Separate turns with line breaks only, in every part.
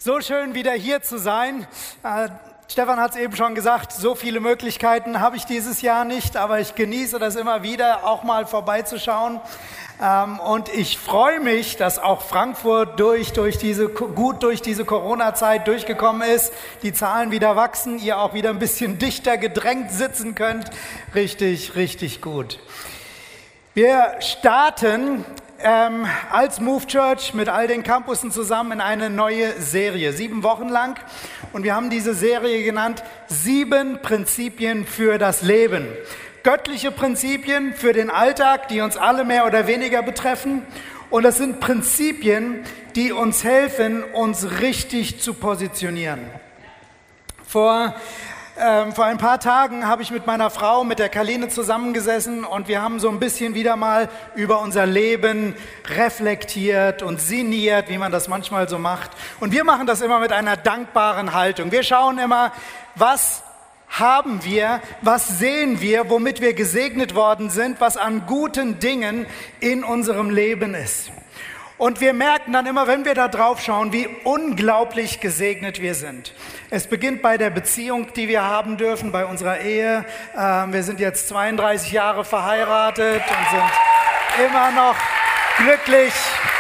So schön, wieder hier zu sein. Stefan hat es eben schon gesagt, so viele Möglichkeiten habe ich dieses Jahr nicht, aber ich genieße das immer wieder, auch mal vorbeizuschauen. Und ich freue mich, dass auch Frankfurt gut durch diese Corona-Zeit durchgekommen ist. Die Zahlen wieder wachsen, ihr auch wieder ein bisschen dichter gedrängt sitzen könnt. Richtig, richtig gut. Wir starten als Move Church mit all den Campussen zusammen in eine neue Serie, 7 Wochen lang. Und wir haben diese Serie genannt 7 Prinzipien für das Leben. Göttliche Prinzipien für den Alltag, die uns alle mehr oder weniger betreffen. Und das sind Prinzipien, die uns helfen, uns richtig zu positionieren. Vor ein paar Tagen habe ich mit meiner Frau, mit der Karline zusammengesessen und wir haben so ein bisschen wieder mal über unser Leben reflektiert und sinniert, wie man das manchmal so macht. Und wir machen das immer mit einer dankbaren Haltung. Wir schauen immer, was haben wir, was sehen wir, womit wir gesegnet worden sind, was an guten Dingen in unserem Leben ist. Und wir merken dann immer, wenn wir da drauf schauen, wie unglaublich gesegnet wir sind. Es beginnt bei der Beziehung, die wir haben dürfen, bei unserer Ehe. Wir sind jetzt 32 Jahre verheiratet und sind immer noch glücklich.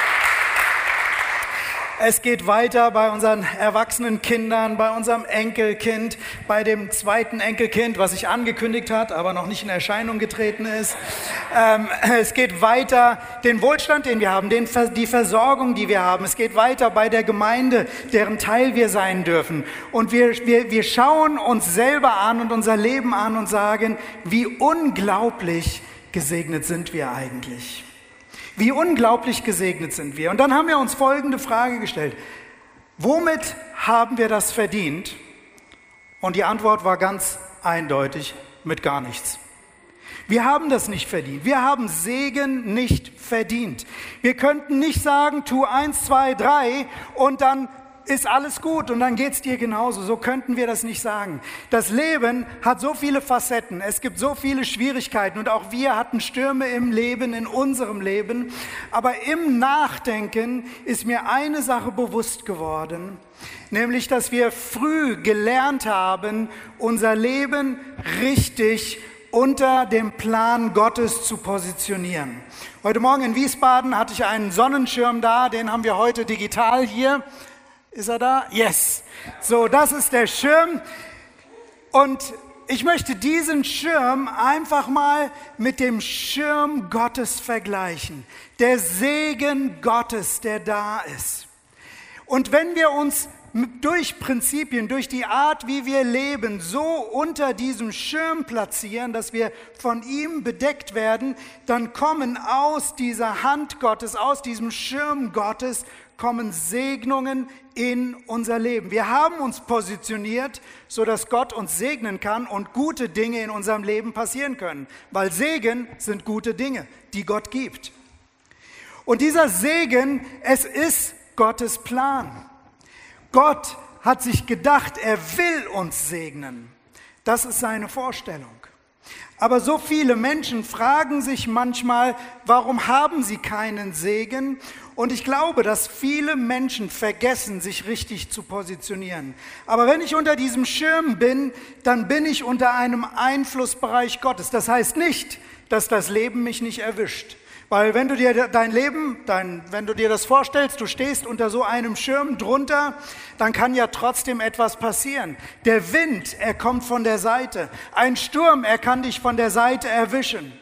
Es geht weiter bei unseren erwachsenen Kindern, bei unserem Enkelkind, bei dem zweiten Enkelkind, was sich angekündigt hat, aber noch nicht in Erscheinung getreten ist. Es geht weiter den Wohlstand, den wir haben, die Versorgung, die wir haben. Es geht weiter bei der Gemeinde, deren Teil wir sein dürfen. Und wir schauen uns selber an und unser Leben an und sagen, wie unglaublich gesegnet sind wir eigentlich. Wie unglaublich gesegnet sind wir. Und dann haben wir uns folgende Frage gestellt. Womit haben wir das verdient? Und die Antwort war ganz eindeutig, mit gar nichts. Wir haben das nicht verdient. Wir haben Segen nicht verdient. Wir könnten nicht sagen, tu 1, 2, 3 und dann ist alles gut und dann geht's dir genauso. So könnten wir das nicht sagen. Das Leben hat so viele Facetten, es gibt so viele Schwierigkeiten und auch wir hatten Stürme im Leben, in unserem Leben. Aber im Nachdenken ist mir eine Sache bewusst geworden, nämlich, dass wir früh gelernt haben, unser Leben richtig unter dem Plan Gottes zu positionieren. Heute Morgen in Wiesbaden hatte ich einen Sonnenschirm da, den haben wir heute digital hier. Ist er da? Yes. So, das ist der Schirm. Und ich möchte diesen Schirm einfach mal mit dem Schirm Gottes vergleichen. Der Segen Gottes, der da ist. Und wenn wir uns durch Prinzipien, durch die Art, wie wir leben, so unter diesem Schirm platzieren, dass wir von ihm bedeckt werden, dann kommen aus dieser Hand Gottes, aus diesem Schirm Gottes, kommen Segnungen in unser Leben. Wir haben uns positioniert, sodass Gott uns segnen kann und gute Dinge in unserem Leben passieren können. Weil Segen sind gute Dinge, die Gott gibt. Und dieser Segen, es ist Gottes Plan. Gott hat sich gedacht, er will uns segnen. Das ist seine Vorstellung. Aber so viele Menschen fragen sich manchmal, warum haben sie keinen Segen? Und ich glaube, dass viele Menschen vergessen, sich richtig zu positionieren. Aber wenn ich unter diesem Schirm bin, dann bin ich unter einem Einflussbereich Gottes. Das heißt nicht, dass das Leben mich nicht erwischt. Weil wenn du dir wenn du dir das vorstellst, du stehst unter so einem Schirm drunter, dann kann ja trotzdem etwas passieren. Der Wind, er kommt von der Seite. Ein Sturm, er kann dich von der Seite erwischen.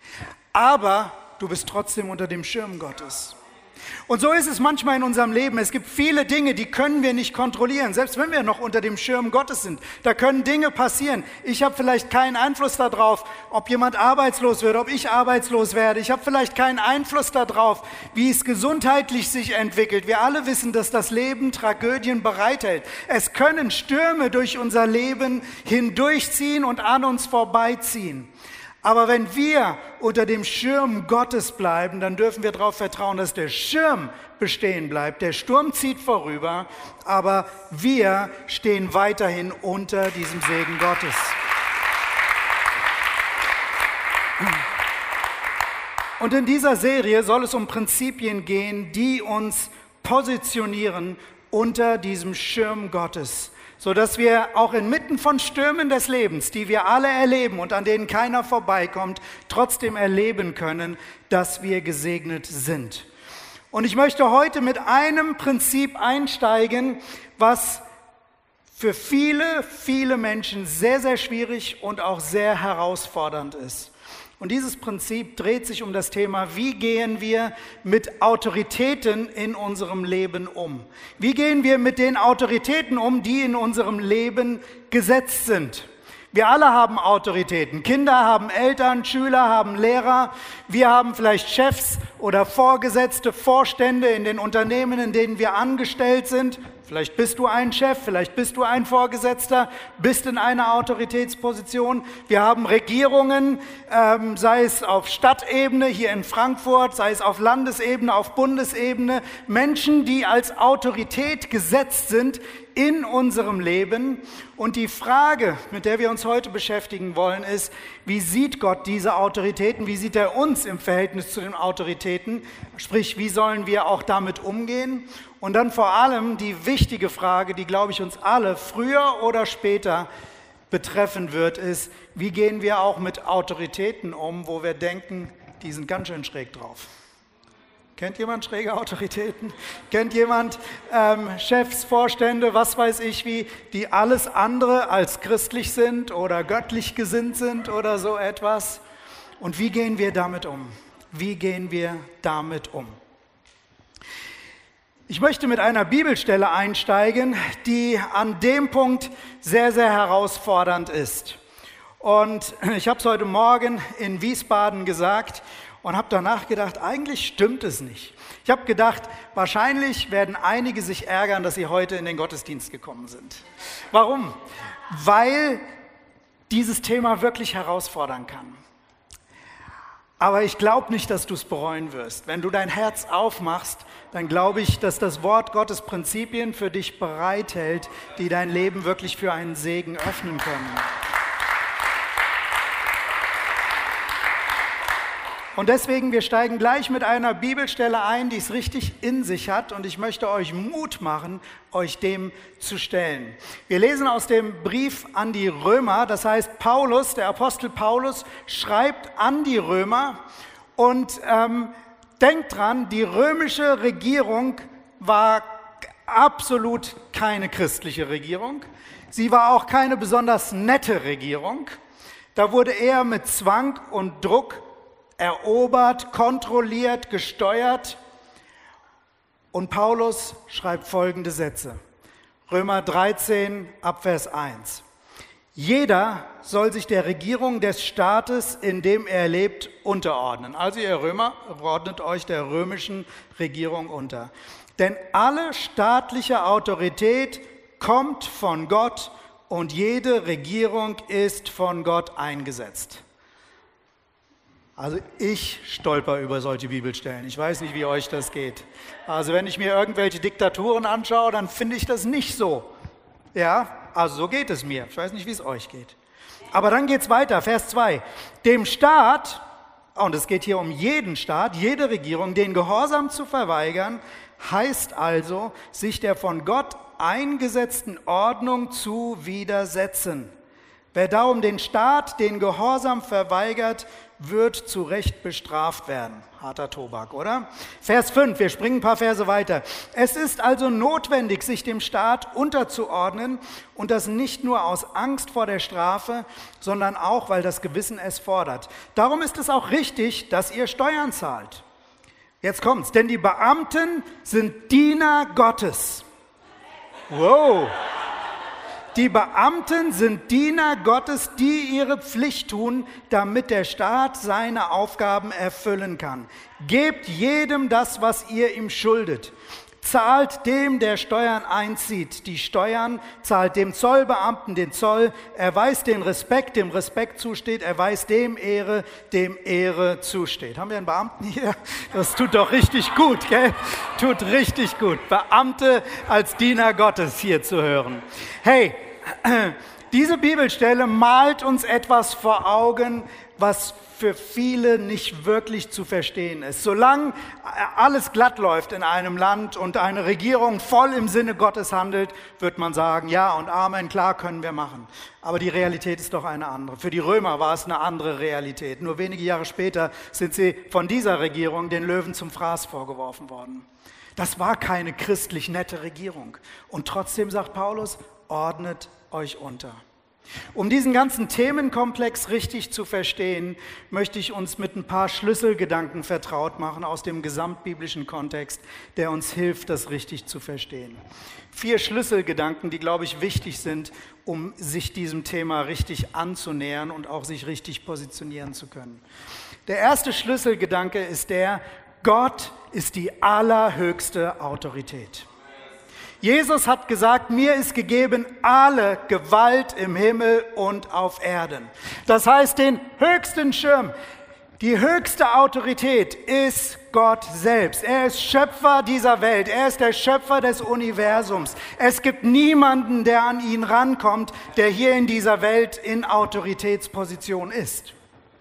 Aber du bist trotzdem unter dem Schirm Gottes. Und so ist es manchmal in unserem Leben. Es gibt viele Dinge, die können wir nicht kontrollieren, selbst wenn wir noch unter dem Schirm Gottes sind. Da können Dinge passieren. Ich habe vielleicht keinen Einfluss darauf, ob jemand arbeitslos wird, ob ich arbeitslos werde. Ich habe vielleicht keinen Einfluss darauf, wie es gesundheitlich sich entwickelt. Wir alle wissen, dass das Leben Tragödien bereithält. Es können Stürme durch unser Leben hindurchziehen und an uns vorbeiziehen. Aber wenn wir unter dem Schirm Gottes bleiben, dann dürfen wir darauf vertrauen, dass der Schirm bestehen bleibt. Der Sturm zieht vorüber, aber wir stehen weiterhin unter diesem Segen Gottes. Und in dieser Serie soll es um Prinzipien gehen, die uns positionieren unter diesem Schirm Gottes, sodass wir auch inmitten von Stürmen des Lebens, die wir alle erleben und an denen keiner vorbeikommt, trotzdem erleben können, dass wir gesegnet sind. Und ich möchte heute mit einem Prinzip einsteigen, was für viele, viele Menschen sehr, sehr schwierig und auch sehr herausfordernd ist. Und dieses Prinzip dreht sich um das Thema, wie gehen wir mit Autoritäten in unserem Leben um? Wie gehen wir mit den Autoritäten um, die in unserem Leben gesetzt sind? Wir alle haben Autoritäten. Kinder haben Eltern, Schüler haben Lehrer. Wir haben vielleicht Chefs oder Vorgesetzte, Vorstände in den Unternehmen, in denen wir angestellt sind. Vielleicht bist du ein Chef, vielleicht bist du ein Vorgesetzter, bist in einer Autoritätsposition. Wir haben Regierungen, sei es auf Stadtebene hier in Frankfurt, sei es auf Landesebene, auf Bundesebene. Menschen, die als Autorität gesetzt sind in unserem Leben. Und die Frage, mit der wir uns heute beschäftigen wollen, ist, wie sieht Gott diese Autoritäten? Wie sieht er uns im Verhältnis zu den Autoritäten? Sprich, wie sollen wir auch damit umgehen? Und dann vor allem die wichtige Frage, die, glaube ich, uns alle früher oder später betreffen wird, ist, wie gehen wir auch mit Autoritäten um, wo wir denken, die sind ganz schön schräg drauf. Kennt jemand schräge Autoritäten? Kennt jemand Chefs, Vorstände, was weiß ich wie, die alles andere als christlich sind oder göttlich gesinnt sind oder so etwas? Und wie gehen wir damit um? Wie gehen wir damit um? Ich möchte mit einer Bibelstelle einsteigen, die an dem Punkt sehr, sehr herausfordernd ist. Und ich habe es heute Morgen in Wiesbaden gesagt und habe danach gedacht, eigentlich stimmt es nicht. Ich habe gedacht, wahrscheinlich werden einige sich ärgern, dass sie heute in den Gottesdienst gekommen sind. Warum? Weil dieses Thema wirklich herausfordern kann. Aber ich glaube nicht, dass du es bereuen wirst. Wenn du dein Herz aufmachst, dann glaube ich, dass das Wort Gottes Prinzipien für dich bereithält, die dein Leben wirklich für einen Segen öffnen können. Und deswegen, wir steigen gleich mit einer Bibelstelle ein, die es richtig in sich hat. Und ich möchte euch Mut machen, euch dem zu stellen. Wir lesen aus dem Brief an die Römer. Das heißt, Paulus, der Apostel Paulus, schreibt an die Römer. Und denkt dran, die römische Regierung war absolut keine christliche Regierung. Sie war auch keine besonders nette Regierung. Da wurde eher mit Zwang und Druck erobert, kontrolliert, gesteuert. Und Paulus schreibt folgende Sätze. Römer 13, Abvers 1. Jeder soll sich der Regierung des Staates, in dem er lebt, unterordnen. Also ihr Römer, ordnet euch der römischen Regierung unter. Denn alle staatliche Autorität kommt von Gott und jede Regierung ist von Gott eingesetzt. Also ich stolper über solche Bibelstellen. Ich weiß nicht, wie euch das geht. Also wenn ich mir irgendwelche Diktaturen anschaue, dann finde ich das nicht so. Ja, also so geht es mir. Ich weiß nicht, wie es euch geht. Aber dann geht es weiter, Vers 2. Dem Staat, und es geht hier um jeden Staat, jede Regierung, den Gehorsam zu verweigern, heißt also, sich der von Gott eingesetzten Ordnung zu widersetzen. Wer darum den Staat, den Gehorsam verweigert, wird zu Recht bestraft werden. Harter Tobak, oder? Vers 5, wir springen ein paar Verse weiter. Es ist also notwendig, sich dem Staat unterzuordnen und das nicht nur aus Angst vor der Strafe, sondern auch, weil das Gewissen es fordert. Darum ist es auch richtig, dass ihr Steuern zahlt. Jetzt kommt's, denn die Beamten sind Diener Gottes. Wow! Die Beamten sind Diener Gottes, die ihre Pflicht tun, damit der Staat seine Aufgaben erfüllen kann. Gebt jedem das, was ihr ihm schuldet. Zahlt dem, der Steuern einzieht, die Steuern, zahlt dem Zollbeamten den Zoll, erweist den Respekt, dem Respekt zusteht, erweist dem Ehre zusteht. Haben wir einen Beamten hier? Das tut doch richtig gut, gell? Tut richtig gut, Beamte als Diener Gottes hier zu hören. Hey, diese Bibelstelle malt uns etwas vor Augen, was für viele nicht wirklich zu verstehen ist. Solange alles glatt läuft in einem Land und eine Regierung voll im Sinne Gottes handelt, wird man sagen, ja und Amen, klar, können wir machen. Aber die Realität ist doch eine andere. Für die Römer war es eine andere Realität. Nur wenige Jahre später sind sie von dieser Regierung den Löwen zum Fraß vorgeworfen worden. Das war keine christlich nette Regierung. Und trotzdem sagt Paulus, ordnet euch unter. Um diesen ganzen Themenkomplex richtig zu verstehen, möchte ich uns mit ein paar Schlüsselgedanken vertraut machen aus dem gesamtbiblischen Kontext, der uns hilft, das richtig zu verstehen. 4 Schlüsselgedanken, die, glaube ich, wichtig sind, um sich diesem Thema richtig anzunähern und auch sich richtig positionieren zu können. Der erste Schlüsselgedanke ist der, Gott ist die allerhöchste Autorität. Jesus hat gesagt, mir ist gegeben alle Gewalt im Himmel und auf Erden. Das heißt, den höchsten Schirm, die höchste Autorität ist Gott selbst. Er ist Schöpfer dieser Welt. Er ist der Schöpfer des Universums. Es gibt niemanden, der an ihn rankommt, der hier in dieser Welt in Autoritätsposition ist.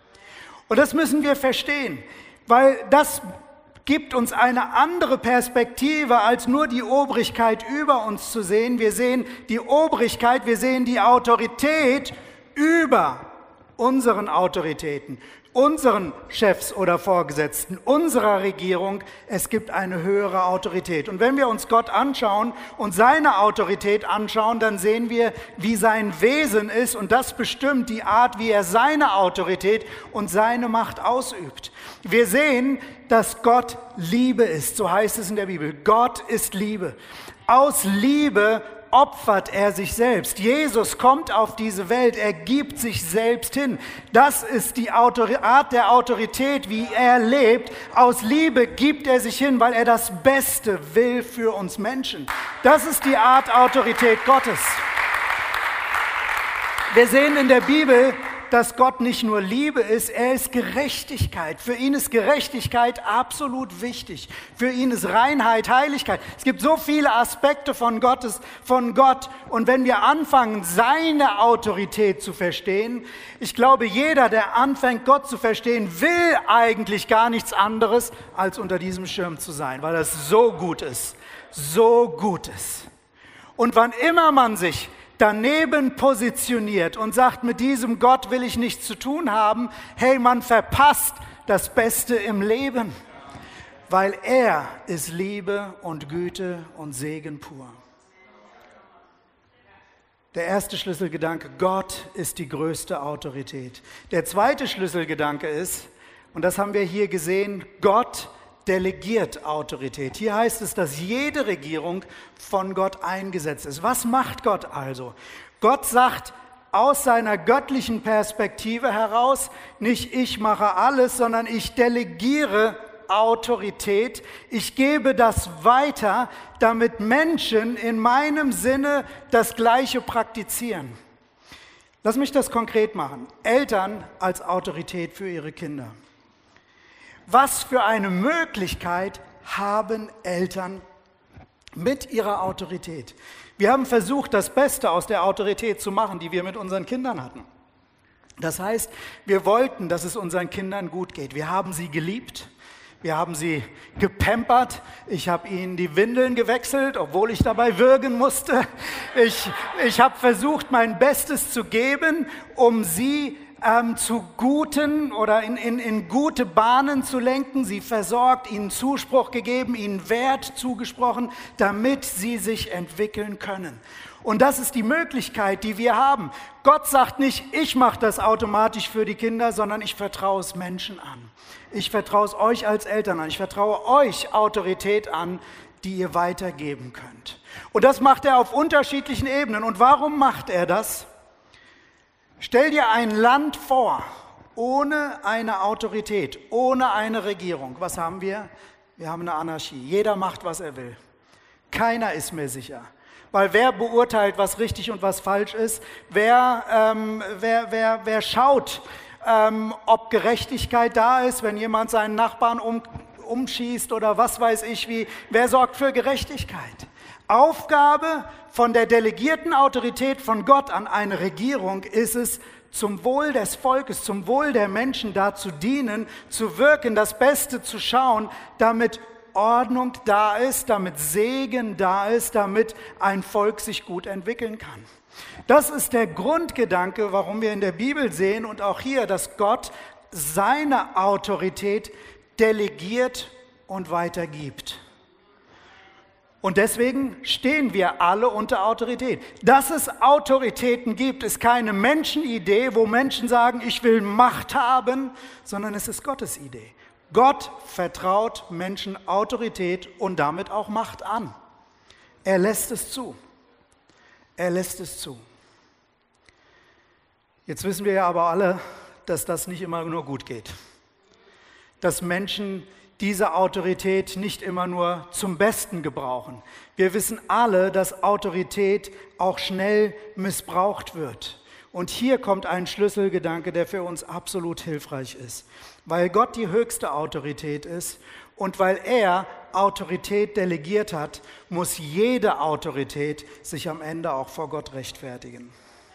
Und das müssen wir verstehen, weil das gibt uns eine andere Perspektive, als nur die Obrigkeit über uns zu sehen. Wir sehen die Obrigkeit, wir sehen die Autorität über unseren Autoritäten, unseren Chefs oder Vorgesetzten, unserer Regierung. Es gibt eine höhere Autorität. Und wenn wir uns Gott anschauen und seine Autorität anschauen, dann sehen wir, wie sein Wesen ist. Und das bestimmt die Art, wie er seine Autorität und seine Macht ausübt. Wir sehen, dass Gott Liebe ist. So heißt es in der Bibel. Gott ist Liebe. Aus Liebe opfert er sich selbst. Jesus kommt auf diese Welt, er gibt sich selbst hin. Das ist die Art der Autorität, wie er lebt. Aus Liebe gibt er sich hin, weil er das Beste will für uns Menschen. Das ist die Art Autorität Gottes. Wir sehen in der Bibel, dass Gott nicht nur Liebe ist, er ist Gerechtigkeit. Für ihn ist Gerechtigkeit absolut wichtig. Für ihn ist Reinheit, Heiligkeit. Es gibt so viele Aspekte von Gott. Und wenn wir anfangen, seine Autorität zu verstehen, ich glaube, jeder, der anfängt, Gott zu verstehen, will eigentlich gar nichts anderes, als unter diesem Schirm zu sein, weil das so gut ist. So gut ist. Und wann immer man sich daneben positioniert und sagt, mit diesem Gott will ich nichts zu tun haben, hey, man verpasst das Beste im Leben, weil er ist Liebe und Güte und Segen pur. Der erste Schlüsselgedanke, Gott ist die größte Autorität. Der zweite Schlüsselgedanke ist, und das haben wir hier gesehen, Gott delegiert Autorität. Hier heißt es, dass jede Regierung von Gott eingesetzt ist. Was macht Gott also? Gott sagt aus seiner göttlichen Perspektive heraus, nicht ich mache alles, sondern ich delegiere Autorität. Ich gebe das weiter, damit Menschen in meinem Sinne das Gleiche praktizieren. Lass mich das konkret machen. Eltern als Autorität für ihre Kinder. Was für eine Möglichkeit haben Eltern mit ihrer Autorität? Wir haben versucht, das Beste aus der Autorität zu machen, die wir mit unseren Kindern hatten. Das heißt, wir wollten, dass es unseren Kindern gut geht. Wir haben sie geliebt. Wir haben sie gepampert. Ich habe ihnen die Windeln gewechselt, obwohl ich dabei würgen musste. Ich habe versucht, mein Bestes zu geben, um sie zu guten oder in gute Bahnen zu lenken, sie versorgt, ihnen Zuspruch gegeben, ihnen Wert zugesprochen, damit sie sich entwickeln können. Und das ist die Möglichkeit, die wir haben. Gott sagt nicht, ich mache das automatisch für die Kinder, sondern ich vertraue es Menschen an. Ich vertraue es euch als Eltern an. Ich vertraue euch Autorität an, die ihr weitergeben könnt. Und das macht er auf unterschiedlichen Ebenen. Und warum macht er das? Stell dir ein Land vor, ohne eine Autorität, ohne eine Regierung. Was haben wir? Wir haben eine Anarchie. Jeder macht, was er will. Keiner ist mehr sicher. Weil wer beurteilt, was richtig und was falsch ist? Wer schaut, ob Gerechtigkeit da ist, wenn jemand seinen Nachbarn umschießt oder was weiß ich wie? Wer sorgt für Gerechtigkeit? Aufgabe von der delegierten Autorität von Gott an eine Regierung ist es, zum Wohl des Volkes, zum Wohl der Menschen da zu dienen, zu wirken, das Beste zu schauen, damit Ordnung da ist, damit Segen da ist, damit ein Volk sich gut entwickeln kann. Das ist der Grundgedanke, warum wir in der Bibel sehen und auch hier, dass Gott seine Autorität delegiert und weitergibt. Und deswegen stehen wir alle unter Autorität. Dass es Autoritäten gibt, ist keine Menschenidee, wo Menschen sagen, ich will Macht haben, sondern es ist Gottes Idee. Gott vertraut Menschen Autorität und damit auch Macht an. Er lässt es zu. Er lässt es zu. Jetzt wissen wir ja aber alle, dass das nicht immer nur gut geht. Dass Menschen diese Autorität nicht immer nur zum Besten gebrauchen. Wir wissen alle, dass Autorität auch schnell missbraucht wird. Und hier kommt ein Schlüsselgedanke, der für uns absolut hilfreich ist. Weil Gott die höchste Autorität ist und weil er Autorität delegiert hat, muss jede Autorität sich am Ende auch vor Gott rechtfertigen.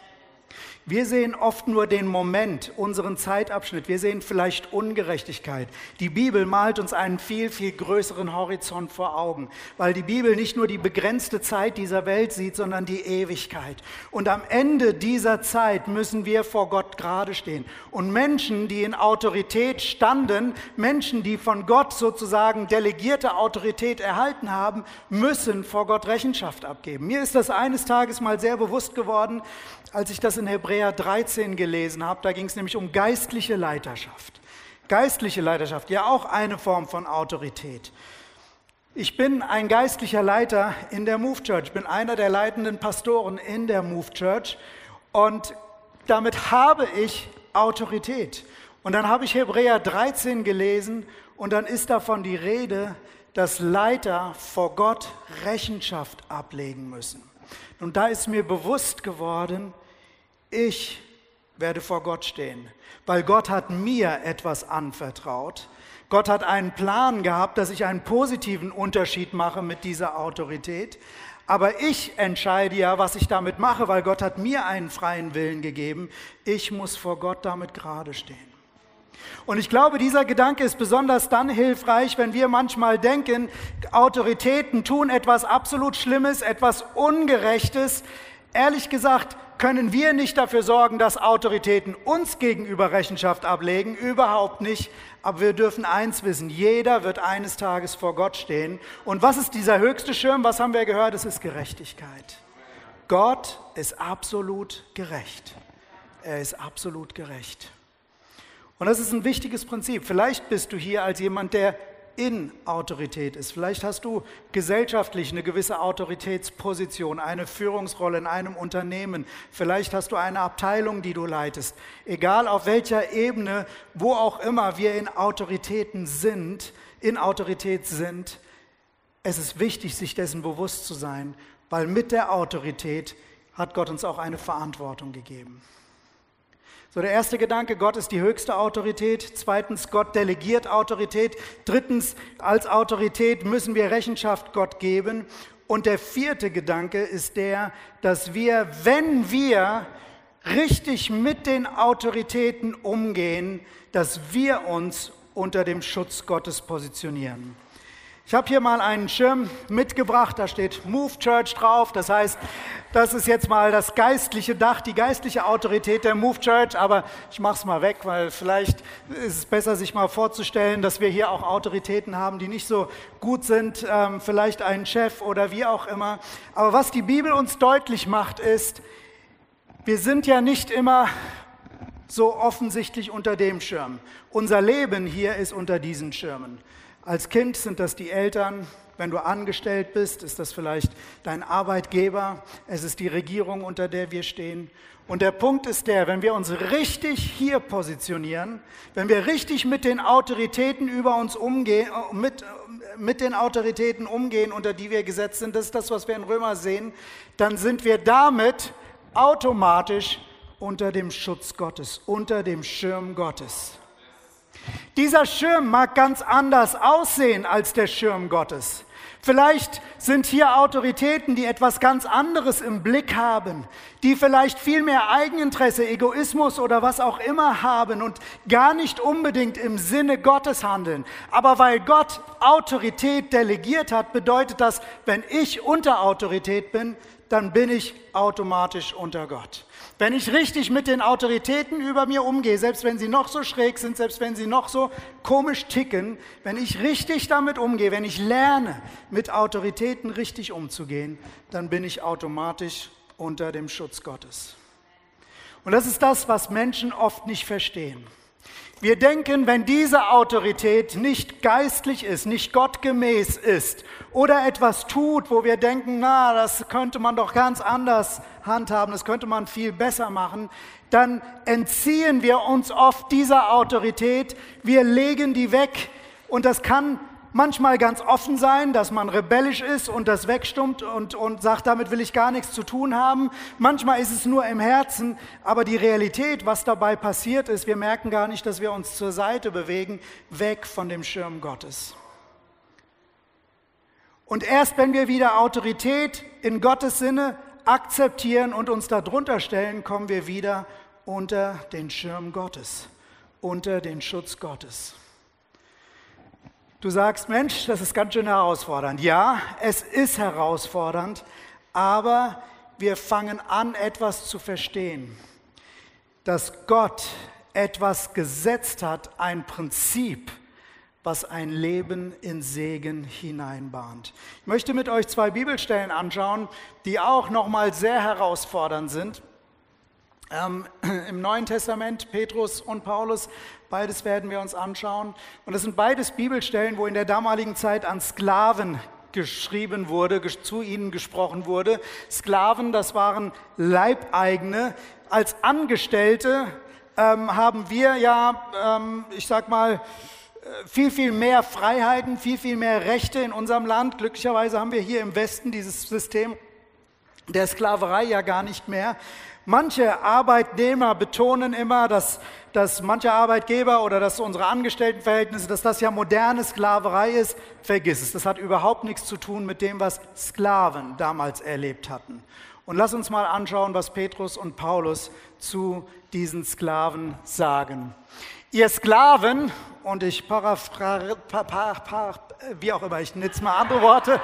Wir sehen oft nur den Moment, unseren Zeitabschnitt. Wir sehen vielleicht Ungerechtigkeit. Die Bibel malt uns einen viel, viel größeren Horizont vor Augen, weil die Bibel nicht nur die begrenzte Zeit dieser Welt sieht, sondern die Ewigkeit. Und am Ende dieser Zeit müssen wir vor Gott gerade stehen. Und Menschen, die in Autorität standen, Menschen, die von Gott sozusagen delegierte Autorität erhalten haben, müssen vor Gott Rechenschaft abgeben. Mir ist das eines Tages mal sehr bewusst geworden, als ich das in Hebräer 13 gelesen habe. Da ging es nämlich um geistliche Leiterschaft. Geistliche Leiterschaft, ja auch eine Form von Autorität. Ich bin ein geistlicher Leiter in der Move Church, ich bin einer der leitenden Pastoren in der Move Church und damit habe ich Autorität. Und dann habe ich Hebräer 13 gelesen und dann ist davon die Rede, dass Leiter vor Gott Rechenschaft ablegen müssen. Und da ist mir bewusst geworden, ich werde vor Gott stehen, weil Gott hat mir etwas anvertraut. Gott hat einen Plan gehabt, dass ich einen positiven Unterschied mache mit dieser Autorität. Aber ich entscheide ja, was ich damit mache, weil Gott hat mir einen freien Willen gegeben. Ich muss vor Gott damit gerade stehen. Und ich glaube, dieser Gedanke ist besonders dann hilfreich, wenn wir manchmal denken, Autoritäten tun etwas absolut Schlimmes, etwas Ungerechtes. Ehrlich gesagt, können wir nicht dafür sorgen, dass Autoritäten uns gegenüber Rechenschaft ablegen, überhaupt nicht. Aber wir dürfen eins wissen, jeder wird eines Tages vor Gott stehen. Und was ist dieser höchste Schirm? Was haben wir gehört? Es ist Gerechtigkeit. Gott ist absolut gerecht. Er ist absolut gerecht. Und das ist ein wichtiges Prinzip. Vielleicht bist du hier als jemand, der in Autorität ist. Vielleicht hast du gesellschaftlich eine gewisse Autoritätsposition, eine Führungsrolle in einem Unternehmen. Vielleicht hast du eine Abteilung, die du leitest. Egal auf welcher Ebene, wo auch immer wir in Autorität sind, es ist wichtig, sich dessen bewusst zu sein, weil mit der Autorität hat Gott uns auch eine Verantwortung gegeben. So, der erste Gedanke, Gott ist die höchste Autorität. Zweitens, Gott delegiert Autorität. Drittens, als Autorität müssen wir Rechenschaft Gott geben. Und der vierte Gedanke ist der, dass wir, wenn wir richtig mit den Autoritäten umgehen, dass wir uns unter dem Schutz Gottes positionieren. Ich habe hier mal einen Schirm mitgebracht, da steht Move Church drauf, das heißt, das ist jetzt mal das geistliche Dach, die geistliche Autorität der Move Church, aber ich mache es mal weg, weil vielleicht ist es besser, sich mal vorzustellen, dass wir hier auch Autoritäten haben, die nicht so gut sind, vielleicht einen Chef oder wie auch immer. Aber was die Bibel uns deutlich macht, ist, wir sind ja nicht immer so offensichtlich unter dem Schirm. Unser Leben hier ist unter diesen Schirmen. Als Kind sind das die Eltern, wenn du angestellt bist, ist das vielleicht dein Arbeitgeber, es ist die Regierung, unter der wir stehen. Und der Punkt ist der, wenn wir uns richtig hier positionieren, wenn wir richtig mit den Autoritäten über uns umgehen, mit den Autoritäten umgehen, unter die wir gesetzt sind, das ist das, was wir in Römer sehen, dann sind wir damit automatisch unter dem Schutz Gottes, unter dem Schirm Gottes. Dieser Schirm mag ganz anders aussehen als der Schirm Gottes. Vielleicht sind hier Autoritäten, die etwas ganz anderes im Blick haben, die vielleicht viel mehr Eigeninteresse, Egoismus oder was auch immer haben und gar nicht unbedingt im Sinne Gottes handeln. Aber weil Gott Autorität delegiert hat, bedeutet das, wenn ich unter Autorität bin, dann bin ich automatisch unter Gott. Wenn ich richtig mit den Autoritäten über mir umgehe, selbst wenn sie noch so schräg sind, selbst wenn sie noch so komisch ticken, wenn ich richtig damit umgehe, wenn ich lerne, mit Autoritäten richtig umzugehen, dann bin ich automatisch unter dem Schutz Gottes. Und das ist das, was Menschen oft nicht verstehen. Wir denken, wenn diese Autorität nicht geistlich ist, nicht gottgemäß ist oder etwas tut, wo wir denken, na, das könnte man doch ganz anders handhaben, das könnte man viel besser machen, dann entziehen wir uns oft dieser Autorität, wir legen die weg und das kann manchmal ganz offen sein, dass man rebellisch ist und das wegstummt und sagt, damit will ich gar nichts zu tun haben. Manchmal ist es nur im Herzen, aber die Realität, was dabei passiert ist, wir merken gar nicht, dass wir uns zur Seite bewegen, weg von dem Schirm Gottes. Und erst wenn wir wieder Autorität in Gottes Sinne akzeptieren und uns darunter stellen, kommen wir wieder unter den Schirm Gottes, unter den Schutz Gottes. Du sagst, Mensch, das ist ganz schön herausfordernd. Ja, es ist herausfordernd, aber wir fangen an, etwas zu verstehen, dass Gott etwas gesetzt hat, ein Prinzip, was ein Leben in Segen hineinbahnt. Ich möchte mit euch 2 Bibelstellen anschauen, die auch nochmal sehr herausfordernd sind. Im Neuen Testament, Petrus und Paulus, beides werden wir uns anschauen. Und das sind beides Bibelstellen, wo in der damaligen Zeit an Sklaven geschrieben wurde, zu ihnen gesprochen wurde. Sklaven, das waren Leibeigene. Als Angestellte haben wir ja, viel, viel mehr Freiheiten, viel, viel mehr Rechte in unserem Land. Glücklicherweise haben wir hier im Westen dieses System der Sklaverei ja gar nicht mehr. Manche Arbeitnehmer betonen immer, dass manche Arbeitgeber oder dass unsere Angestelltenverhältnisse, dass das ja moderne Sklaverei ist. Vergiss es, das hat überhaupt nichts zu tun mit dem, was Sklaven damals erlebt hatten. Und lass uns mal anschauen, was Petrus und Paulus zu diesen Sklaven sagen. Ihr Sklaven, und ich wie auch immer, ich nutze mal andere Worte.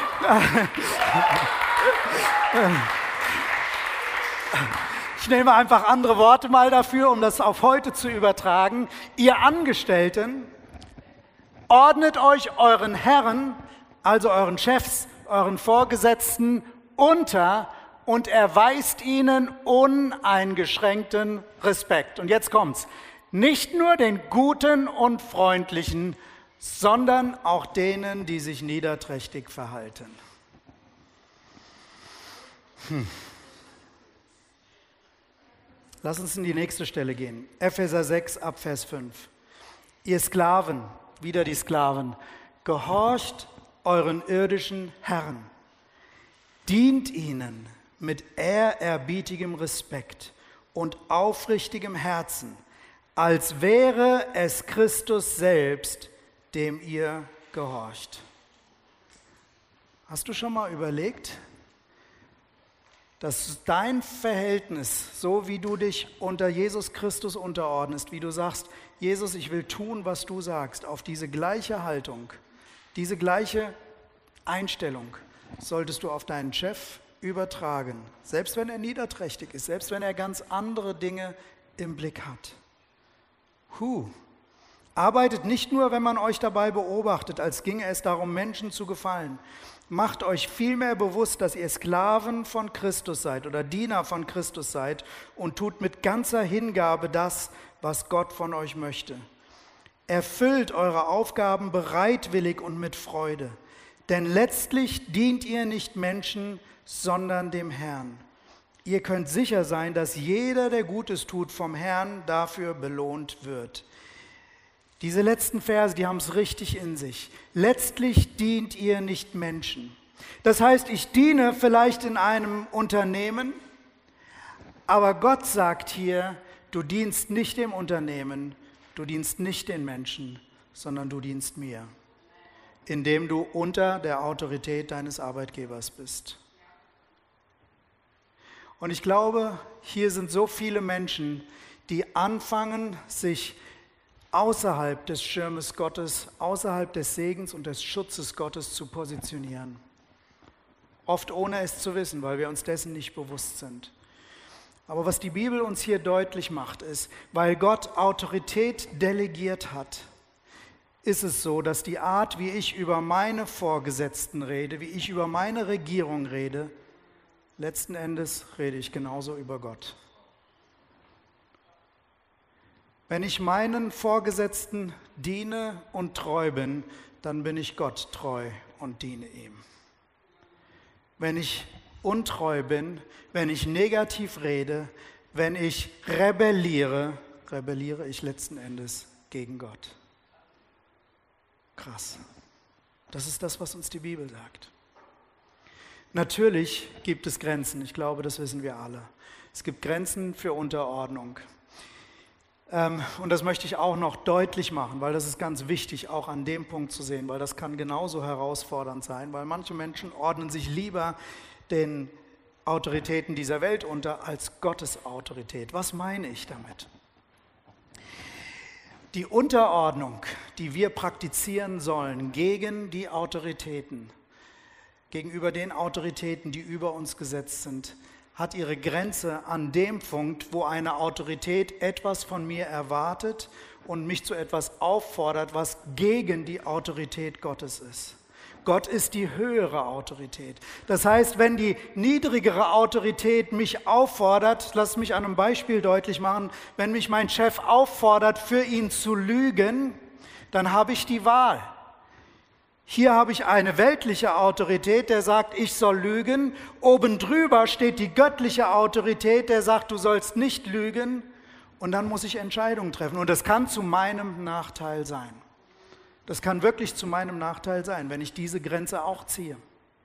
Ich nehme einfach andere Worte mal dafür, um das auf heute zu übertragen. Ihr Angestellten, ordnet euch euren Herren, also euren Chefs, euren Vorgesetzten unter und erweist ihnen uneingeschränkten Respekt. Und jetzt kommt's. Nicht nur den Guten und Freundlichen, sondern auch denen, die sich niederträchtig verhalten. Lass uns in die nächste Stelle gehen. Epheser 6 ab Vers 5. Ihr Sklaven, wieder die Sklaven, gehorcht euren irdischen Herren. Dient ihnen mit ehrerbietigem Respekt und aufrichtigem Herzen, als wäre es Christus selbst, dem ihr gehorcht. Hast du schon mal überlegt, dass dein Verhältnis, so wie du dich unter Jesus Christus unterordnest, wie du sagst, Jesus, ich will tun, was du sagst, auf diese gleiche Haltung, diese gleiche Einstellung solltest du auf deinen Chef übertragen, selbst wenn er niederträchtig ist, selbst wenn er ganz andere Dinge im Blick hat. Arbeitet nicht nur, wenn man euch dabei beobachtet, als ginge es darum, Menschen zu gefallen. Macht euch vielmehr bewusst, dass ihr Sklaven von Christus seid oder Diener von Christus seid und tut mit ganzer Hingabe das, was Gott von euch möchte. Erfüllt eure Aufgaben bereitwillig und mit Freude, denn letztlich dient ihr nicht Menschen, sondern dem Herrn. Ihr könnt sicher sein, dass jeder, der Gutes tut, vom Herrn dafür belohnt wird. Diese letzten Verse, die haben es richtig in sich. Letztlich dient ihr nicht Menschen. Das heißt, ich diene vielleicht in einem Unternehmen, aber Gott sagt hier, du dienst nicht dem Unternehmen, du dienst nicht den Menschen, sondern du dienst mir. indem du unter der Autorität deines Arbeitgebers bist. Und ich glaube, hier sind so viele Menschen, die anfangen, sich außerhalb des Schirmes Gottes, außerhalb des Segens und des Schutzes Gottes zu positionieren. Oft ohne es zu wissen, weil wir uns dessen nicht bewusst sind. Aber was die Bibel uns hier deutlich macht, ist, weil Gott Autorität delegiert hat, ist es so, dass die Art, wie ich über meine Vorgesetzten rede, wie ich über meine Regierung rede, letzten Endes rede ich genauso über Gott. Wenn ich meinen Vorgesetzten diene und treu bin, dann bin ich Gott treu und diene ihm. Wenn ich untreu bin, wenn ich negativ rede, wenn ich rebelliere ich letzten Endes gegen Gott. Krass. Das ist das, was uns die Bibel sagt. Natürlich gibt es Grenzen, ich glaube, das wissen wir alle. Es gibt Grenzen für Unterordnung. Und das möchte ich auch noch deutlich machen, weil das ist ganz wichtig, auch an dem Punkt zu sehen, weil das kann genauso herausfordernd sein, weil manche Menschen ordnen sich lieber den Autoritäten dieser Welt unter als Gottes Autorität. Was meine ich damit? Die Unterordnung, die wir praktizieren sollen gegen die Autoritäten, gegenüber den Autoritäten, die über uns gesetzt sind, hat ihre Grenze an dem Punkt, wo eine Autorität etwas von mir erwartet und mich zu etwas auffordert, was gegen die Autorität Gottes ist. Gott ist die höhere Autorität. Das heißt, wenn die niedrigere Autorität mich auffordert, lass mich an einem Beispiel deutlich machen, wenn mich mein Chef auffordert, für ihn zu lügen, dann habe ich die Wahl. Hier habe ich eine weltliche Autorität, der sagt, ich soll lügen. Oben drüber steht die göttliche Autorität, der sagt, du sollst nicht lügen. Und dann muss ich Entscheidungen treffen. Und das kann zu meinem Nachteil sein. Das kann wirklich zu meinem Nachteil sein, wenn ich diese Grenze auch ziehe.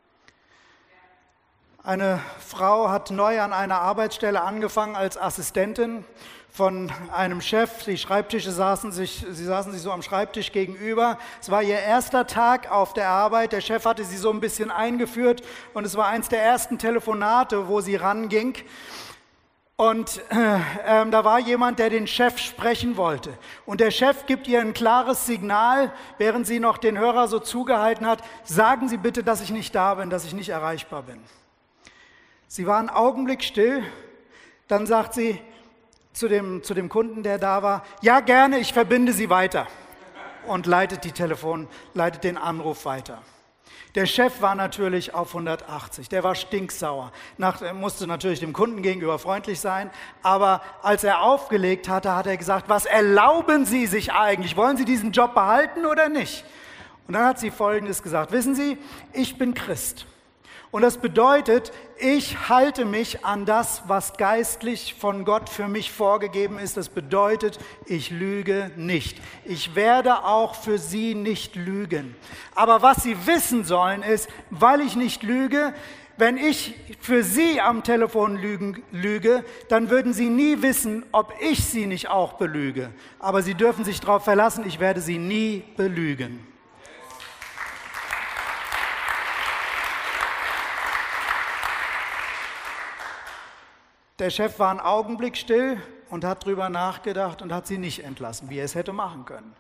Eine Frau hat neu an einer Arbeitsstelle angefangen als Assistentin von einem Chef. Sie saßen sich so am Schreibtisch gegenüber. Es war ihr erster Tag auf der Arbeit. Der Chef hatte sie so ein bisschen eingeführt und es war eins der ersten Telefonate, wo sie ranging. Und da war jemand, der den Chef sprechen wollte. Und der Chef gibt ihr ein klares Signal, während sie noch den Hörer so zugehalten hat: Sagen Sie bitte, dass ich nicht da bin, dass ich nicht erreichbar bin. Sie war einen Augenblick still, dann sagt sie zu dem Kunden, der da war: Ja, gerne, ich verbinde Sie weiter. Und leitet den Anruf weiter. Der Chef war natürlich auf 180, der war stinksauer. Er musste natürlich dem Kunden gegenüber freundlich sein, aber als er aufgelegt hatte, hat er gesagt: Was erlauben Sie sich eigentlich? Wollen Sie diesen Job behalten oder nicht? Und dann hat sie Folgendes gesagt: Wissen Sie, ich bin Christ. Und das bedeutet, ich halte mich an das, was geistlich von Gott für mich vorgegeben ist. Das bedeutet, ich lüge nicht. Ich werde auch für Sie nicht lügen. Aber was Sie wissen sollen ist, weil ich nicht lüge, wenn ich für Sie am Telefon lüge, dann würden Sie nie wissen, ob ich Sie nicht auch belüge. Aber Sie dürfen sich darauf verlassen, ich werde Sie nie belügen. Der Chef war einen Augenblick still und hat drüber nachgedacht und hat sie nicht entlassen, wie er es hätte machen können.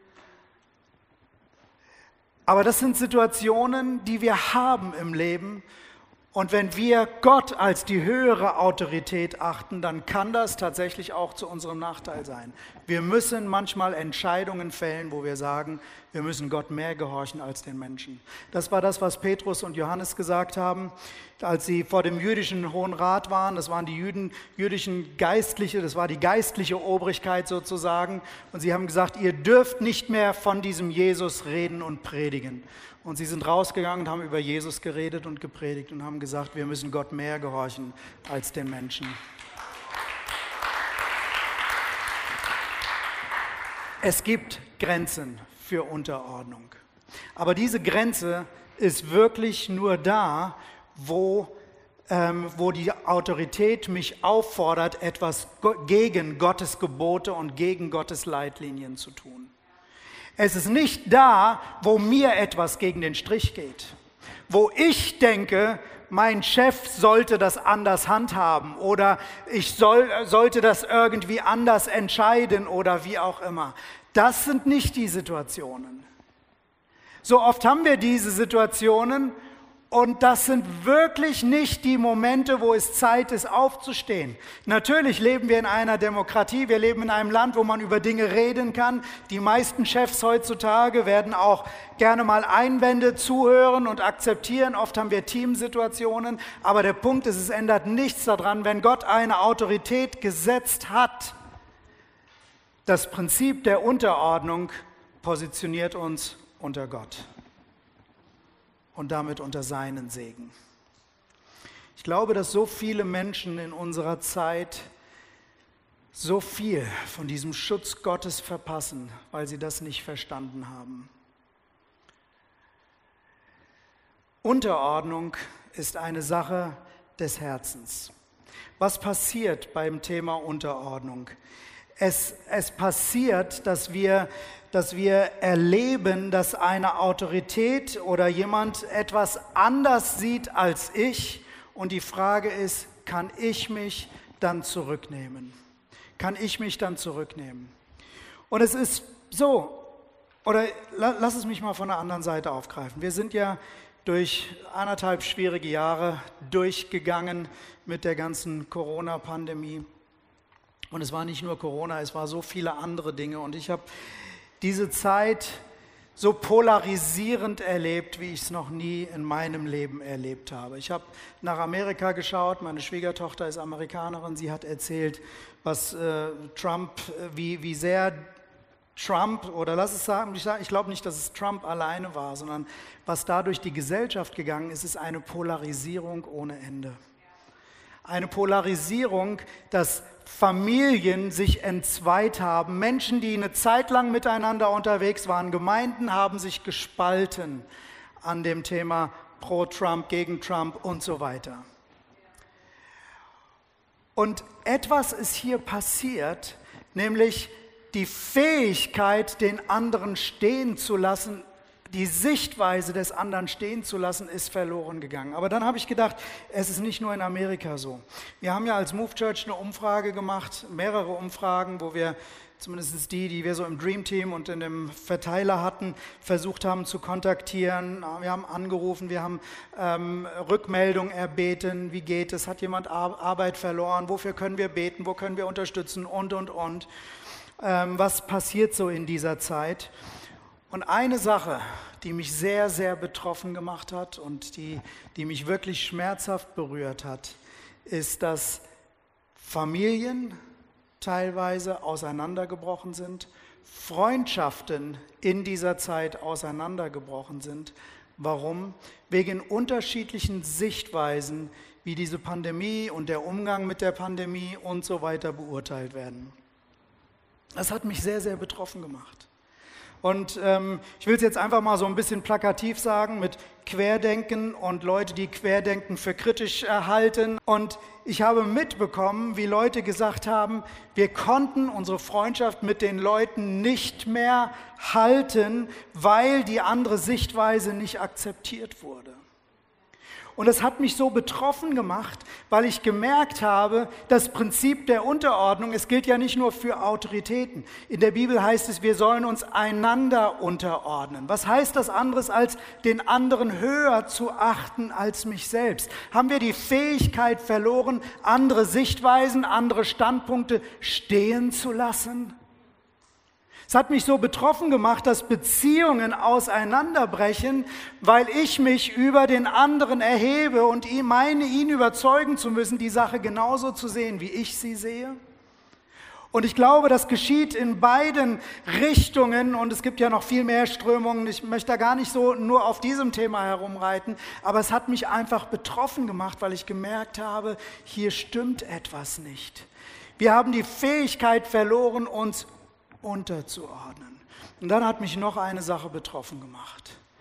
Aber das sind Situationen, die wir haben im Leben. Und wenn wir Gott als die höhere Autorität achten, dann kann das tatsächlich auch zu unserem Nachteil sein. Wir müssen manchmal Entscheidungen fällen, wo wir sagen, wir müssen Gott mehr gehorchen als den Menschen. Das war das, was Petrus und Johannes gesagt haben, als sie vor dem jüdischen Hohen Rat waren. Das waren die jüdischen Geistliche, das war die geistliche Obrigkeit sozusagen. Und sie haben gesagt, ihr dürft nicht mehr von diesem Jesus reden und predigen. Und sie sind rausgegangen und haben über Jesus geredet und gepredigt und haben gesagt, wir müssen Gott mehr gehorchen als den Menschen. Es gibt Grenzen für Unterordnung. Aber diese Grenze ist wirklich nur da, wo die Autorität mich auffordert, etwas gegen Gottes Gebote und gegen Gottes Leitlinien zu tun. Es ist nicht da, wo mir etwas gegen den Strich geht, wo ich denke, mein Chef sollte das anders handhaben oder ich sollte das irgendwie anders entscheiden oder wie auch immer. Das sind nicht die Situationen. So oft haben wir diese Situationen und das sind wirklich nicht die Momente, wo es Zeit ist, aufzustehen. Natürlich leben wir in einer Demokratie, wir leben in einem Land, wo man über Dinge reden kann. Die meisten Chefs heutzutage werden auch gerne mal Einwände zuhören und akzeptieren. Oft haben wir Teamsituationen, aber der Punkt ist, es ändert nichts daran, wenn Gott eine Autorität gesetzt hat. Das Prinzip der Unterordnung positioniert uns unter Gott und damit unter seinen Segen. Ich glaube, dass so viele Menschen in unserer Zeit so viel von diesem Schutz Gottes verpassen, weil sie das nicht verstanden haben. Unterordnung ist eine Sache des Herzens. Was passiert beim Thema Unterordnung? Es passiert, dass wir erleben, dass eine Autorität oder jemand etwas anders sieht als ich. Und die Frage ist, kann ich mich dann zurücknehmen? Kann ich mich dann zurücknehmen? Und es ist so, oder lass es mich mal von der anderen Seite aufgreifen. Wir sind ja durch 1,5 schwierige Jahre durchgegangen mit der ganzen Corona-Pandemie. Und es war nicht nur Corona, es war so viele andere Dinge. Und ich habe diese Zeit so polarisierend erlebt, wie ich es noch nie in meinem Leben erlebt habe. Ich habe nach Amerika geschaut, meine Schwiegertochter ist Amerikanerin, sie hat erzählt, was wie sehr Trump, oder lass es sagen, ich glaube nicht, dass es Trump alleine war, sondern was da durch die Gesellschaft gegangen ist, ist eine Polarisierung ohne Ende. Eine Polarisierung, dass Familien sich entzweit haben. Menschen, die eine Zeit lang miteinander unterwegs waren, Gemeinden haben sich gespalten an dem Thema pro-Trump, gegen Trump und so weiter. Und etwas ist hier passiert, nämlich die Fähigkeit, den anderen stehen zu lassen, die Sichtweise des anderen stehen zu lassen, ist verloren gegangen. Aber dann habe ich gedacht, es ist nicht nur in Amerika so. Wir haben ja als Move Church eine Umfrage gemacht, mehrere Umfragen, wo wir zumindest die wir so im Dream Team und in dem Verteiler hatten, versucht haben zu kontaktieren. Wir haben angerufen, wir haben Rückmeldung erbeten, wie geht es, hat jemand Arbeit verloren, wofür können wir beten, wo können wir unterstützen und. Was passiert so in dieser Zeit? Und eine Sache, die mich sehr, sehr betroffen gemacht hat und die mich wirklich schmerzhaft berührt hat, ist, dass Familien teilweise auseinandergebrochen sind, Freundschaften in dieser Zeit auseinandergebrochen sind. Warum? Wegen unterschiedlichen Sichtweisen, wie diese Pandemie und der Umgang mit der Pandemie und so weiter beurteilt werden. Das hat mich sehr, sehr betroffen gemacht. Und ich will es jetzt einfach mal so ein bisschen plakativ sagen mit Querdenken und Leute, die Querdenken für kritisch halten. Und ich habe mitbekommen, wie Leute gesagt haben, wir konnten unsere Freundschaft mit den Leuten nicht mehr halten, weil die andere Sichtweise nicht akzeptiert wurde. Und das hat mich so betroffen gemacht, weil ich gemerkt habe, das Prinzip der Unterordnung, es gilt ja nicht nur für Autoritäten. In der Bibel heißt es, wir sollen uns einander unterordnen. Was heißt das anderes, als den anderen höher zu achten als mich selbst? Haben wir die Fähigkeit verloren, andere Sichtweisen, andere Standpunkte stehen zu lassen? Es hat mich so betroffen gemacht, dass Beziehungen auseinanderbrechen, weil ich mich über den anderen erhebe und meine, ihn überzeugen zu müssen, die Sache genauso zu sehen, wie ich sie sehe. Und ich glaube, das geschieht in beiden Richtungen und es gibt ja noch viel mehr Strömungen. Ich möchte da gar nicht so nur auf diesem Thema herumreiten, aber es hat mich einfach betroffen gemacht, weil ich gemerkt habe, hier stimmt etwas nicht. Wir haben die Fähigkeit verloren, uns unterzuordnen. Und dann hat mich noch eine Sache betroffen gemacht.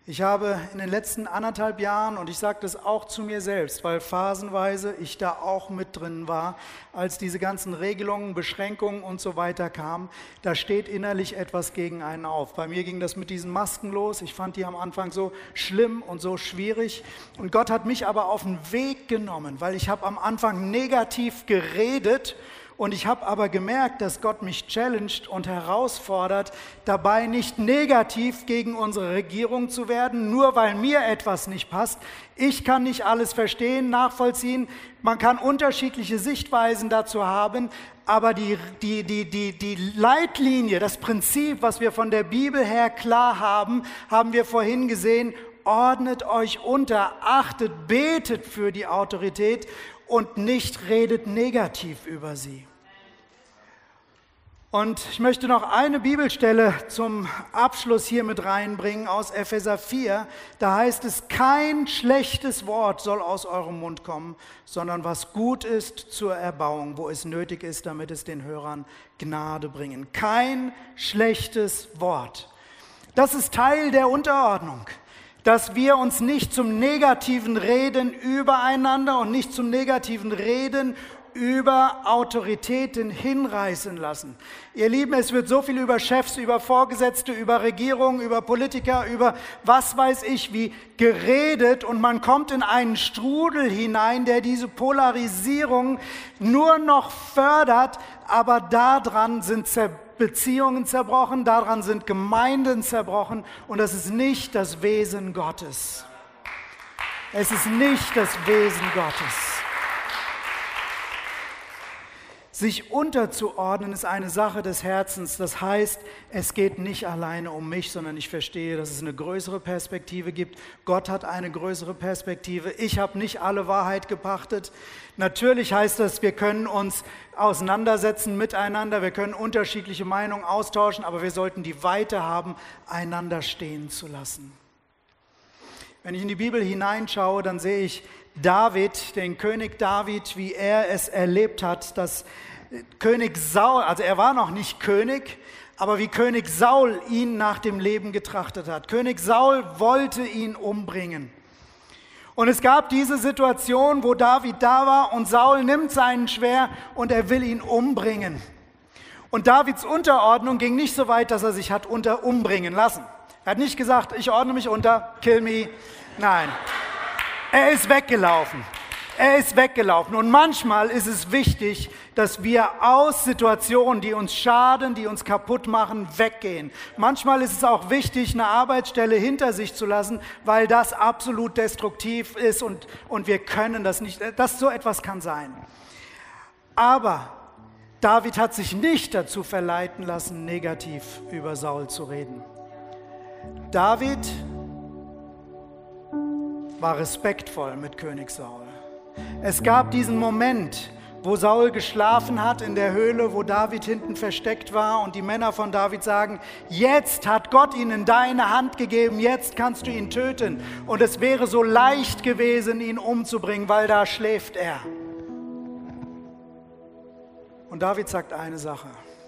Ich habe in den letzten 1,5 Jahren, und ich sage das auch zu mir selbst, weil phasenweise ich da auch mit drin war, als diese ganzen Regelungen, Beschränkungen und so weiter kamen, da steht innerlich etwas gegen einen auf. Bei mir ging das mit diesen Masken los. Ich fand die am Anfang so schlimm und so schwierig. Und Gott hat mich aber auf den Weg genommen, weil ich habe am Anfang negativ geredet. Und ich habe aber gemerkt, dass Gott mich challenged und herausfordert, dabei nicht negativ gegen unsere Regierung zu werden, nur weil mir etwas nicht passt. Ich kann nicht alles verstehen, nachvollziehen. Man kann unterschiedliche Sichtweisen dazu haben, aber die Leitlinie, das Prinzip, was wir von der Bibel her klar haben, haben wir vorhin gesehen: Ordnet euch unter, achtet, betet für die Autorität und nicht redet negativ über sie. Und ich möchte noch eine Bibelstelle zum Abschluss hier mit reinbringen aus Epheser 4. Da heißt es: Kein schlechtes Wort soll aus eurem Mund kommen, sondern was gut ist zur Erbauung, wo es nötig ist, damit es den Hörern Gnade bringen. Kein schlechtes Wort. Das ist Teil der Unterordnung, dass wir uns nicht zum negativen Reden übereinander und nicht zum negativen Reden über Autoritäten hinreißen lassen. Ihr Lieben, es wird so viel über Chefs, über Vorgesetzte, über Regierungen, über Politiker, über was weiß ich wie geredet, und man kommt in einen Strudel hinein, der diese Polarisierung nur noch fördert, aber daran sind Beziehungen zerbrochen, daran sind Gemeinden zerbrochen, und das ist nicht das Wesen Gottes. Es ist nicht das Wesen Gottes. Sich unterzuordnen ist eine Sache des Herzens. Das heißt, es geht nicht alleine um mich, sondern ich verstehe, dass es eine größere Perspektive gibt. Gott hat eine größere Perspektive. Ich habe nicht alle Wahrheit gepachtet. Natürlich heißt das, wir können uns auseinandersetzen miteinander, wir können unterschiedliche Meinungen austauschen, aber wir sollten die Weite haben, einander stehen zu lassen. Wenn ich in die Bibel hineinschaue, dann sehe ich David, den König David, wie er es erlebt hat, dass König Saul, also er war noch nicht König, aber wie König Saul ihn nach dem Leben getrachtet hat. König Saul wollte ihn umbringen. Und es gab diese Situation, wo David da war und Saul nimmt seinen Speer und er will ihn umbringen. Und Davids Unterordnung ging nicht so weit, dass er sich hat umbringen lassen. Er hat nicht gesagt: Ich ordne mich unter, kill me. Nein. Er ist weggelaufen. Er ist weggelaufen. Und manchmal ist es wichtig, dass wir aus Situationen, die uns schaden, die uns kaputt machen, weggehen. Manchmal ist es auch wichtig, eine Arbeitsstelle hinter sich zu lassen, weil das absolut destruktiv ist und wir können das nicht. So etwas kann sein. Aber David hat sich nicht dazu verleiten lassen, negativ über Saul zu reden. David war respektvoll mit König Saul. Es gab diesen Moment, wo Saul geschlafen hat in der Höhle, wo David hinten versteckt war, und die Männer von David sagen: Jetzt hat Gott ihn in deine Hand gegeben, jetzt kannst du ihn töten. Und es wäre so leicht gewesen, ihn umzubringen, weil da schläft er. Und David sagt eine Sache: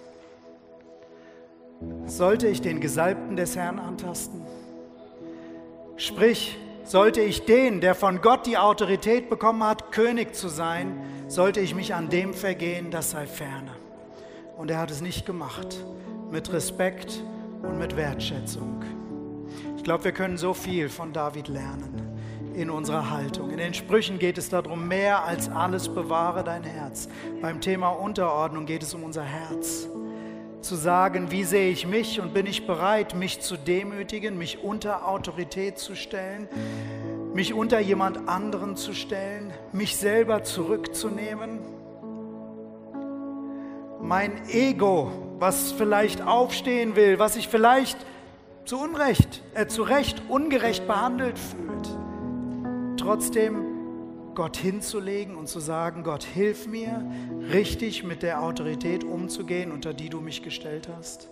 Sollte ich den Gesalbten des Herrn antasten? Sprich, sollte ich den, der von Gott die Autorität bekommen hat, König zu sein, sollte ich mich an dem vergehen, das sei ferne. Und er hat es nicht gemacht, mit Respekt und mit Wertschätzung. Ich glaube, wir können so viel von David lernen in unserer Haltung. In den Sprüchen geht es darum: Mehr als alles bewahre dein Herz. Beim Thema Unterordnung geht es um unser Herz. Zu sagen, wie sehe ich mich und bin ich bereit, mich zu demütigen, mich unter Autorität zu stellen, mich unter jemand anderen zu stellen, mich selber zurückzunehmen. Mein Ego, was vielleicht aufstehen will, was sich vielleicht zu Recht ungerecht behandelt fühlt, trotzdem Gott hinzulegen und zu sagen: Gott, hilf mir, richtig mit der Autorität umzugehen, unter die du mich gestellt hast.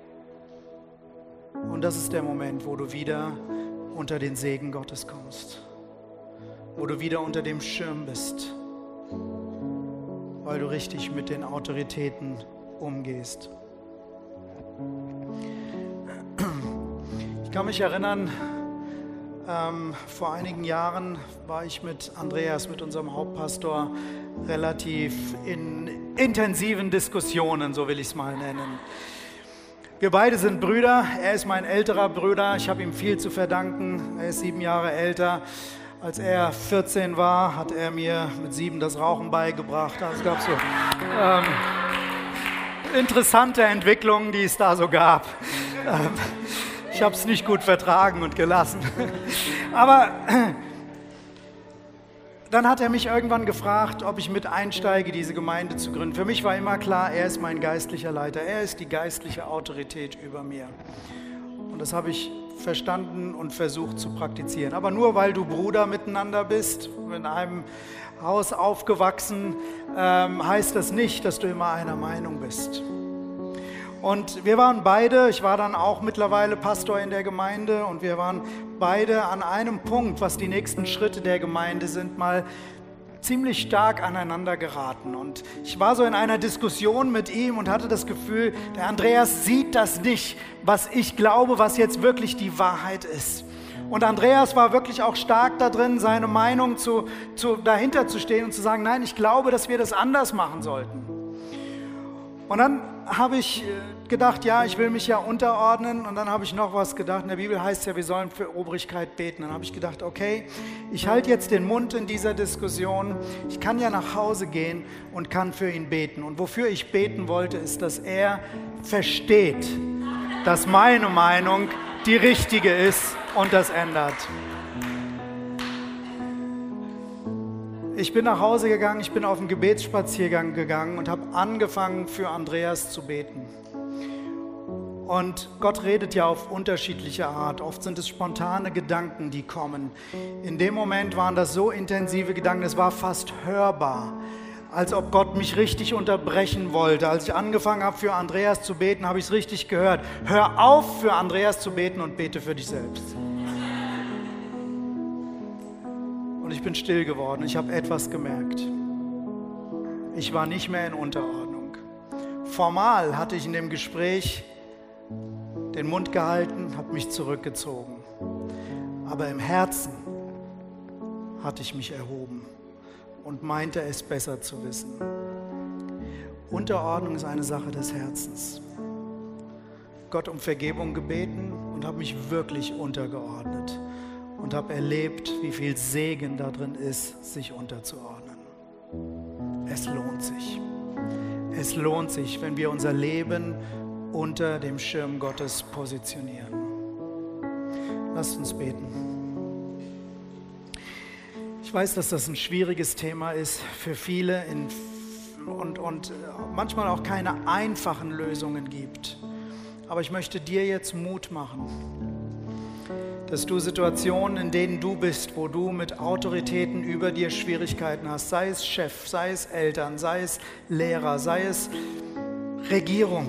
Und das ist der Moment, wo du wieder unter den Segen Gottes kommst, wo du wieder unter dem Schirm bist, weil du richtig mit den Autoritäten umgehst. Ich kann mich erinnern, Vor einigen Jahren war ich mit Andreas, mit unserem Hauptpastor, relativ in intensiven Diskussionen, so will ich es mal nennen. Wir beide sind Brüder, er ist mein älterer Bruder, ich habe ihm viel zu verdanken, er ist 7 Jahre älter. Als er 14 war, hat er mir mit 7 das Rauchen beigebracht. Also es gab so interessante Entwicklungen, die es da so gab. Ich habe es nicht gut vertragen und gelassen. Aber dann hat er mich irgendwann gefragt, ob ich mit einsteige, diese Gemeinde zu gründen. Für mich war immer klar, er ist mein geistlicher Leiter. Er ist die geistliche Autorität über mir. Und das habe ich verstanden und versucht zu praktizieren. Aber nur weil du Bruder miteinander bist, in einem Haus aufgewachsen, heißt das nicht, dass du immer einer Meinung bist. Und wir waren beide, ich war dann auch mittlerweile Pastor in der Gemeinde und wir waren beide an einem Punkt, was die nächsten Schritte der Gemeinde sind, mal ziemlich stark aneinander geraten. Und ich war so in einer Diskussion mit ihm und hatte das Gefühl, der Andreas sieht das nicht, was ich glaube, was jetzt wirklich die Wahrheit ist. Und Andreas war wirklich auch stark da drin, seine Meinung dahinter zu stehen und zu sagen, nein, ich glaube, dass wir das anders machen sollten. Und dann habe ich gedacht, ja, ich will mich ja unterordnen. Und dann habe ich noch was gedacht. In der Bibel heißt es ja, wir sollen für Obrigkeit beten. Dann habe ich gedacht, okay, ich halte jetzt den Mund in dieser Diskussion. Ich kann ja nach Hause gehen und kann für ihn beten. Und wofür ich beten wollte, ist, dass er versteht, dass meine Meinung die richtige ist und das ändert. Ich bin nach Hause gegangen, ich bin auf einen Gebetsspaziergang gegangen und habe angefangen, für Andreas zu beten. Und Gott redet ja auf unterschiedliche Art. Oft sind es spontane Gedanken, die kommen. In dem Moment waren das so intensive Gedanken, es war fast hörbar, als ob Gott mich richtig unterbrechen wollte. Als ich angefangen habe, für Andreas zu beten, habe ich es richtig gehört. Hör auf, für Andreas zu beten und bete für dich selbst. Und ich bin still geworden. Ich habe etwas gemerkt. Ich war nicht mehr in Unterordnung. Formal hatte ich in dem Gespräch den Mund gehalten, habe mich zurückgezogen. Aber im Herzen hatte ich mich erhoben und meinte es besser zu wissen. Unterordnung ist eine Sache des Herzens. Gott um Vergebung gebeten und habe mich wirklich untergeordnet. Und habe erlebt, wie viel Segen da drin ist, sich unterzuordnen. Es lohnt sich. Es lohnt sich, wenn wir unser Leben unter dem Schirm Gottes positionieren. Lasst uns beten. Ich weiß, dass das ein schwieriges Thema ist für viele und manchmal auch keine einfachen Lösungen gibt. Aber ich möchte dir jetzt Mut machen, dass du Situationen, in denen du bist, wo du mit Autoritäten über dir Schwierigkeiten hast, sei es Chef, sei es Eltern, sei es Lehrer, sei es Regierung,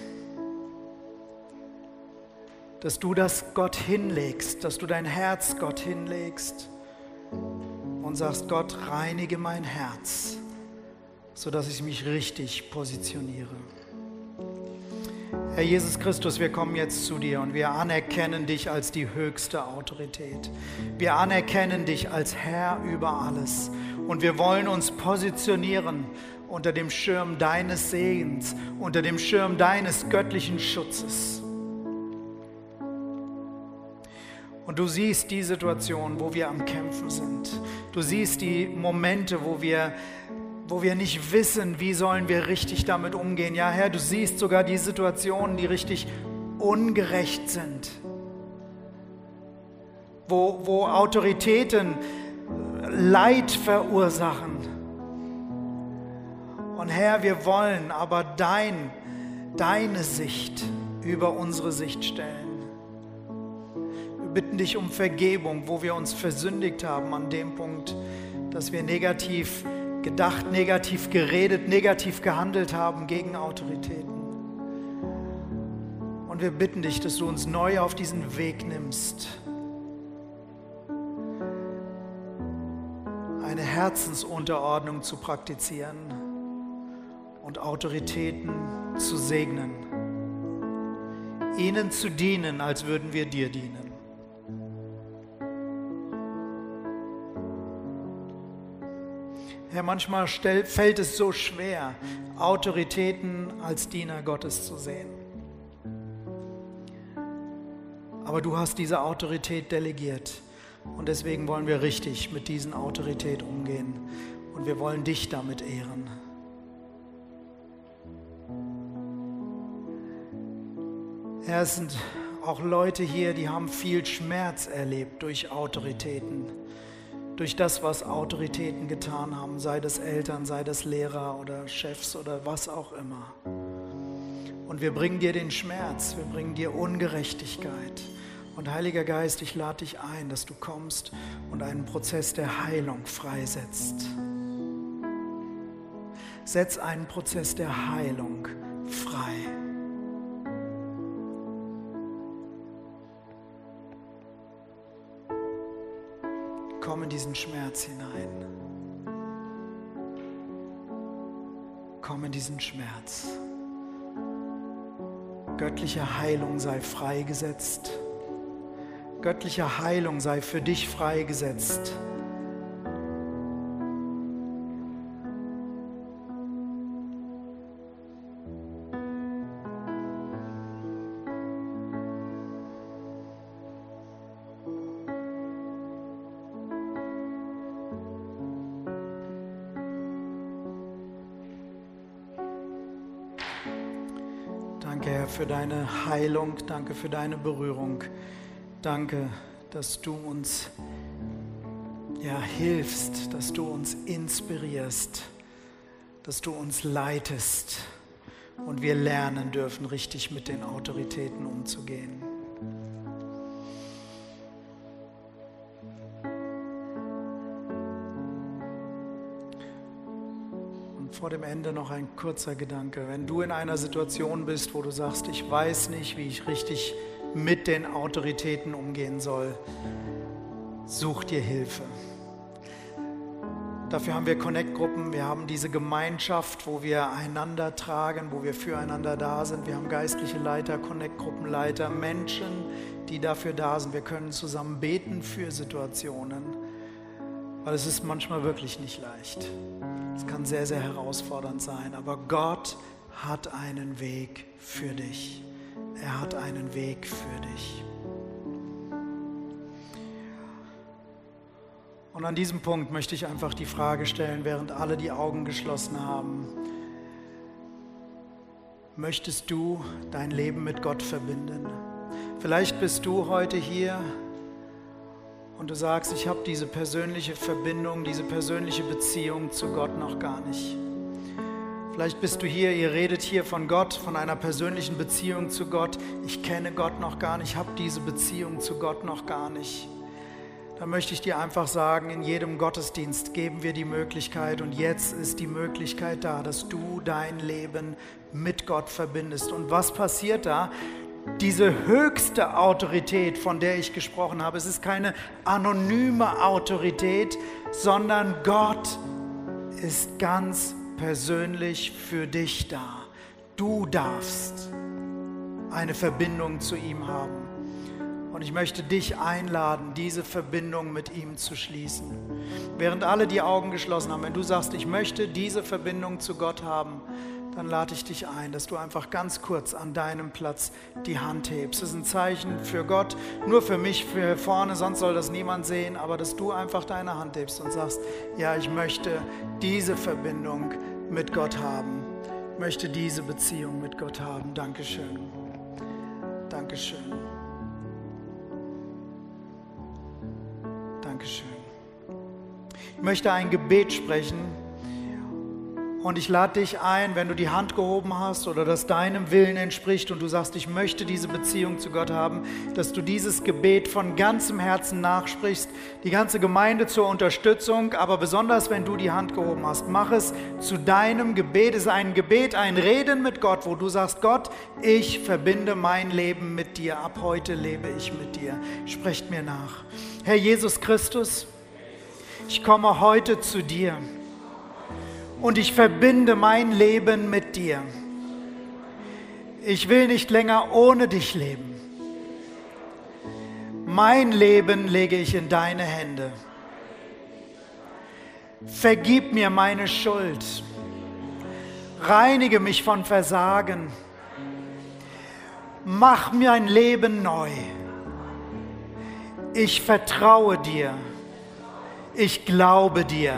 dass du das Gott hinlegst, dass du dein Herz Gott hinlegst und sagst, Gott, reinige mein Herz, sodass ich mich richtig positioniere. Herr Jesus Christus, wir kommen jetzt zu dir und wir anerkennen dich als die höchste Autorität. Wir anerkennen dich als Herr über alles und wir wollen uns positionieren unter dem Schirm deines Segens, unter dem Schirm deines göttlichen Schutzes. Und du siehst die Situation, wo wir am Kämpfen sind. Du siehst die Momente, wo wir nicht wissen, wie sollen wir richtig damit umgehen. Ja, Herr, du siehst sogar die Situationen, die richtig ungerecht sind. Wo Autoritäten Leid verursachen. Und Herr, wir wollen aber deine Sicht über unsere Sicht stellen. Wir bitten dich um Vergebung, wo wir uns versündigt haben an dem Punkt, dass wir negativ gedacht, negativ geredet, negativ gehandelt haben gegen Autoritäten. Und wir bitten dich, dass du uns neu auf diesen Weg nimmst, eine Herzensunterordnung zu praktizieren und Autoritäten zu segnen, ihnen zu dienen, als würden wir dir dienen. Herr, manchmal fällt es so schwer, Autoritäten als Diener Gottes zu sehen. Aber du hast diese Autorität delegiert und deswegen wollen wir richtig mit diesen Autorität umgehen und wir wollen dich damit ehren. Herr, es sind auch Leute hier, die haben viel Schmerz erlebt durch Autoritäten, durch das, was Autoritäten getan haben, sei das Eltern, sei das Lehrer oder Chefs oder was auch immer. Und wir bringen dir den Schmerz, wir bringen dir Ungerechtigkeit. Und Heiliger Geist, ich lade dich ein, dass du kommst und einen Prozess der Heilung freisetzt. Setz einen Prozess der Heilung frei. Komm in diesen Schmerz hinein. Komm in diesen Schmerz. Göttliche Heilung sei freigesetzt. Göttliche Heilung sei für dich freigesetzt. Danke, Herr, für deine Heilung, danke für deine Berührung. Danke, dass du uns hilfst, dass du uns inspirierst, dass du uns leitest und wir lernen dürfen, richtig mit den Autoritäten umzugehen. Und vor dem Ende noch ein kurzer Gedanke. Wenn du in einer Situation bist, wo du sagst, ich weiß nicht, wie ich richtig mit den Autoritäten umgehen soll, such dir Hilfe. Dafür haben wir Connect-Gruppen, wir haben diese Gemeinschaft, wo wir einander tragen, wo wir füreinander da sind. Wir haben geistliche Leiter, Connect-Gruppenleiter, Menschen, die dafür da sind. Wir können zusammen beten für Situationen, weil es ist manchmal wirklich nicht leicht. Es kann sehr, sehr herausfordernd sein, aber Gott hat einen Weg für dich. Er hat einen Weg für dich. Und an diesem Punkt möchte ich einfach die Frage stellen, während alle die Augen geschlossen haben. Möchtest du dein Leben mit Gott verbinden? Vielleicht bist du heute hier und du sagst, ich habe diese persönliche Verbindung, diese persönliche Beziehung zu Gott noch gar nicht. Vielleicht bist du hier, ihr redet hier von Gott, von einer persönlichen Beziehung zu Gott. Ich kenne Gott noch gar nicht, ich habe diese Beziehung zu Gott noch gar nicht. Da möchte ich dir einfach sagen, in jedem Gottesdienst geben wir die Möglichkeit und jetzt ist die Möglichkeit da, dass du dein Leben mit Gott verbindest. Und was passiert da? Diese höchste Autorität, von der ich gesprochen habe, es ist keine anonyme Autorität, sondern Gott ist ganz persönlich für dich da. Du darfst eine Verbindung zu ihm haben. Und ich möchte dich einladen, diese Verbindung mit ihm zu schließen. Während alle die Augen geschlossen haben, wenn du sagst, ich möchte diese Verbindung zu Gott haben, dann lade ich dich ein, dass du einfach ganz kurz an deinem Platz die Hand hebst. Das ist ein Zeichen für Gott, nur für mich, für vorne, sonst soll das niemand sehen, aber dass du einfach deine Hand hebst und sagst, ja, ich möchte diese Verbindung mit Gott haben, ich möchte diese Beziehung mit Gott haben. Dankeschön. Dankeschön. Dankeschön. Ich möchte ein Gebet sprechen. Und ich lade dich ein, wenn du die Hand gehoben hast oder das deinem Willen entspricht und du sagst, ich möchte diese Beziehung zu Gott haben, dass du dieses Gebet von ganzem Herzen nachsprichst, die ganze Gemeinde zur Unterstützung, aber besonders, wenn du die Hand gehoben hast, mach es zu deinem Gebet. Es ist ein Gebet, ein Reden mit Gott, wo du sagst, Gott, ich verbinde mein Leben mit dir. Ab heute lebe ich mit dir. Sprecht mir nach. Herr Jesus Christus, ich komme heute zu dir. Und ich verbinde mein Leben mit dir. Ich will nicht länger ohne dich leben. Mein Leben lege ich in deine Hände. Vergib mir meine Schuld. Reinige mich von Versagen. Mach mir ein Leben neu. Ich vertraue dir. Ich glaube dir.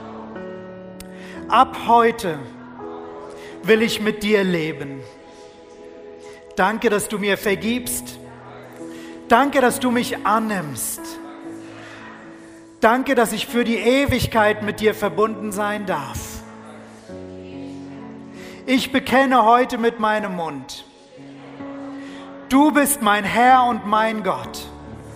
Ab heute will ich mit dir leben. Danke, dass du mir vergibst. Danke, dass du mich annimmst. Danke, dass ich für die Ewigkeit mit dir verbunden sein darf. Ich bekenne heute mit meinem Mund: Du bist mein Herr und mein Gott.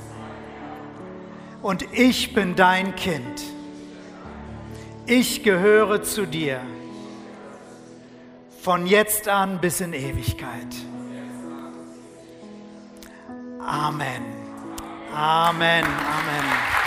Und ich bin dein Kind. Ich gehöre zu dir. Von jetzt an bis in Ewigkeit. Amen. Amen. Amen.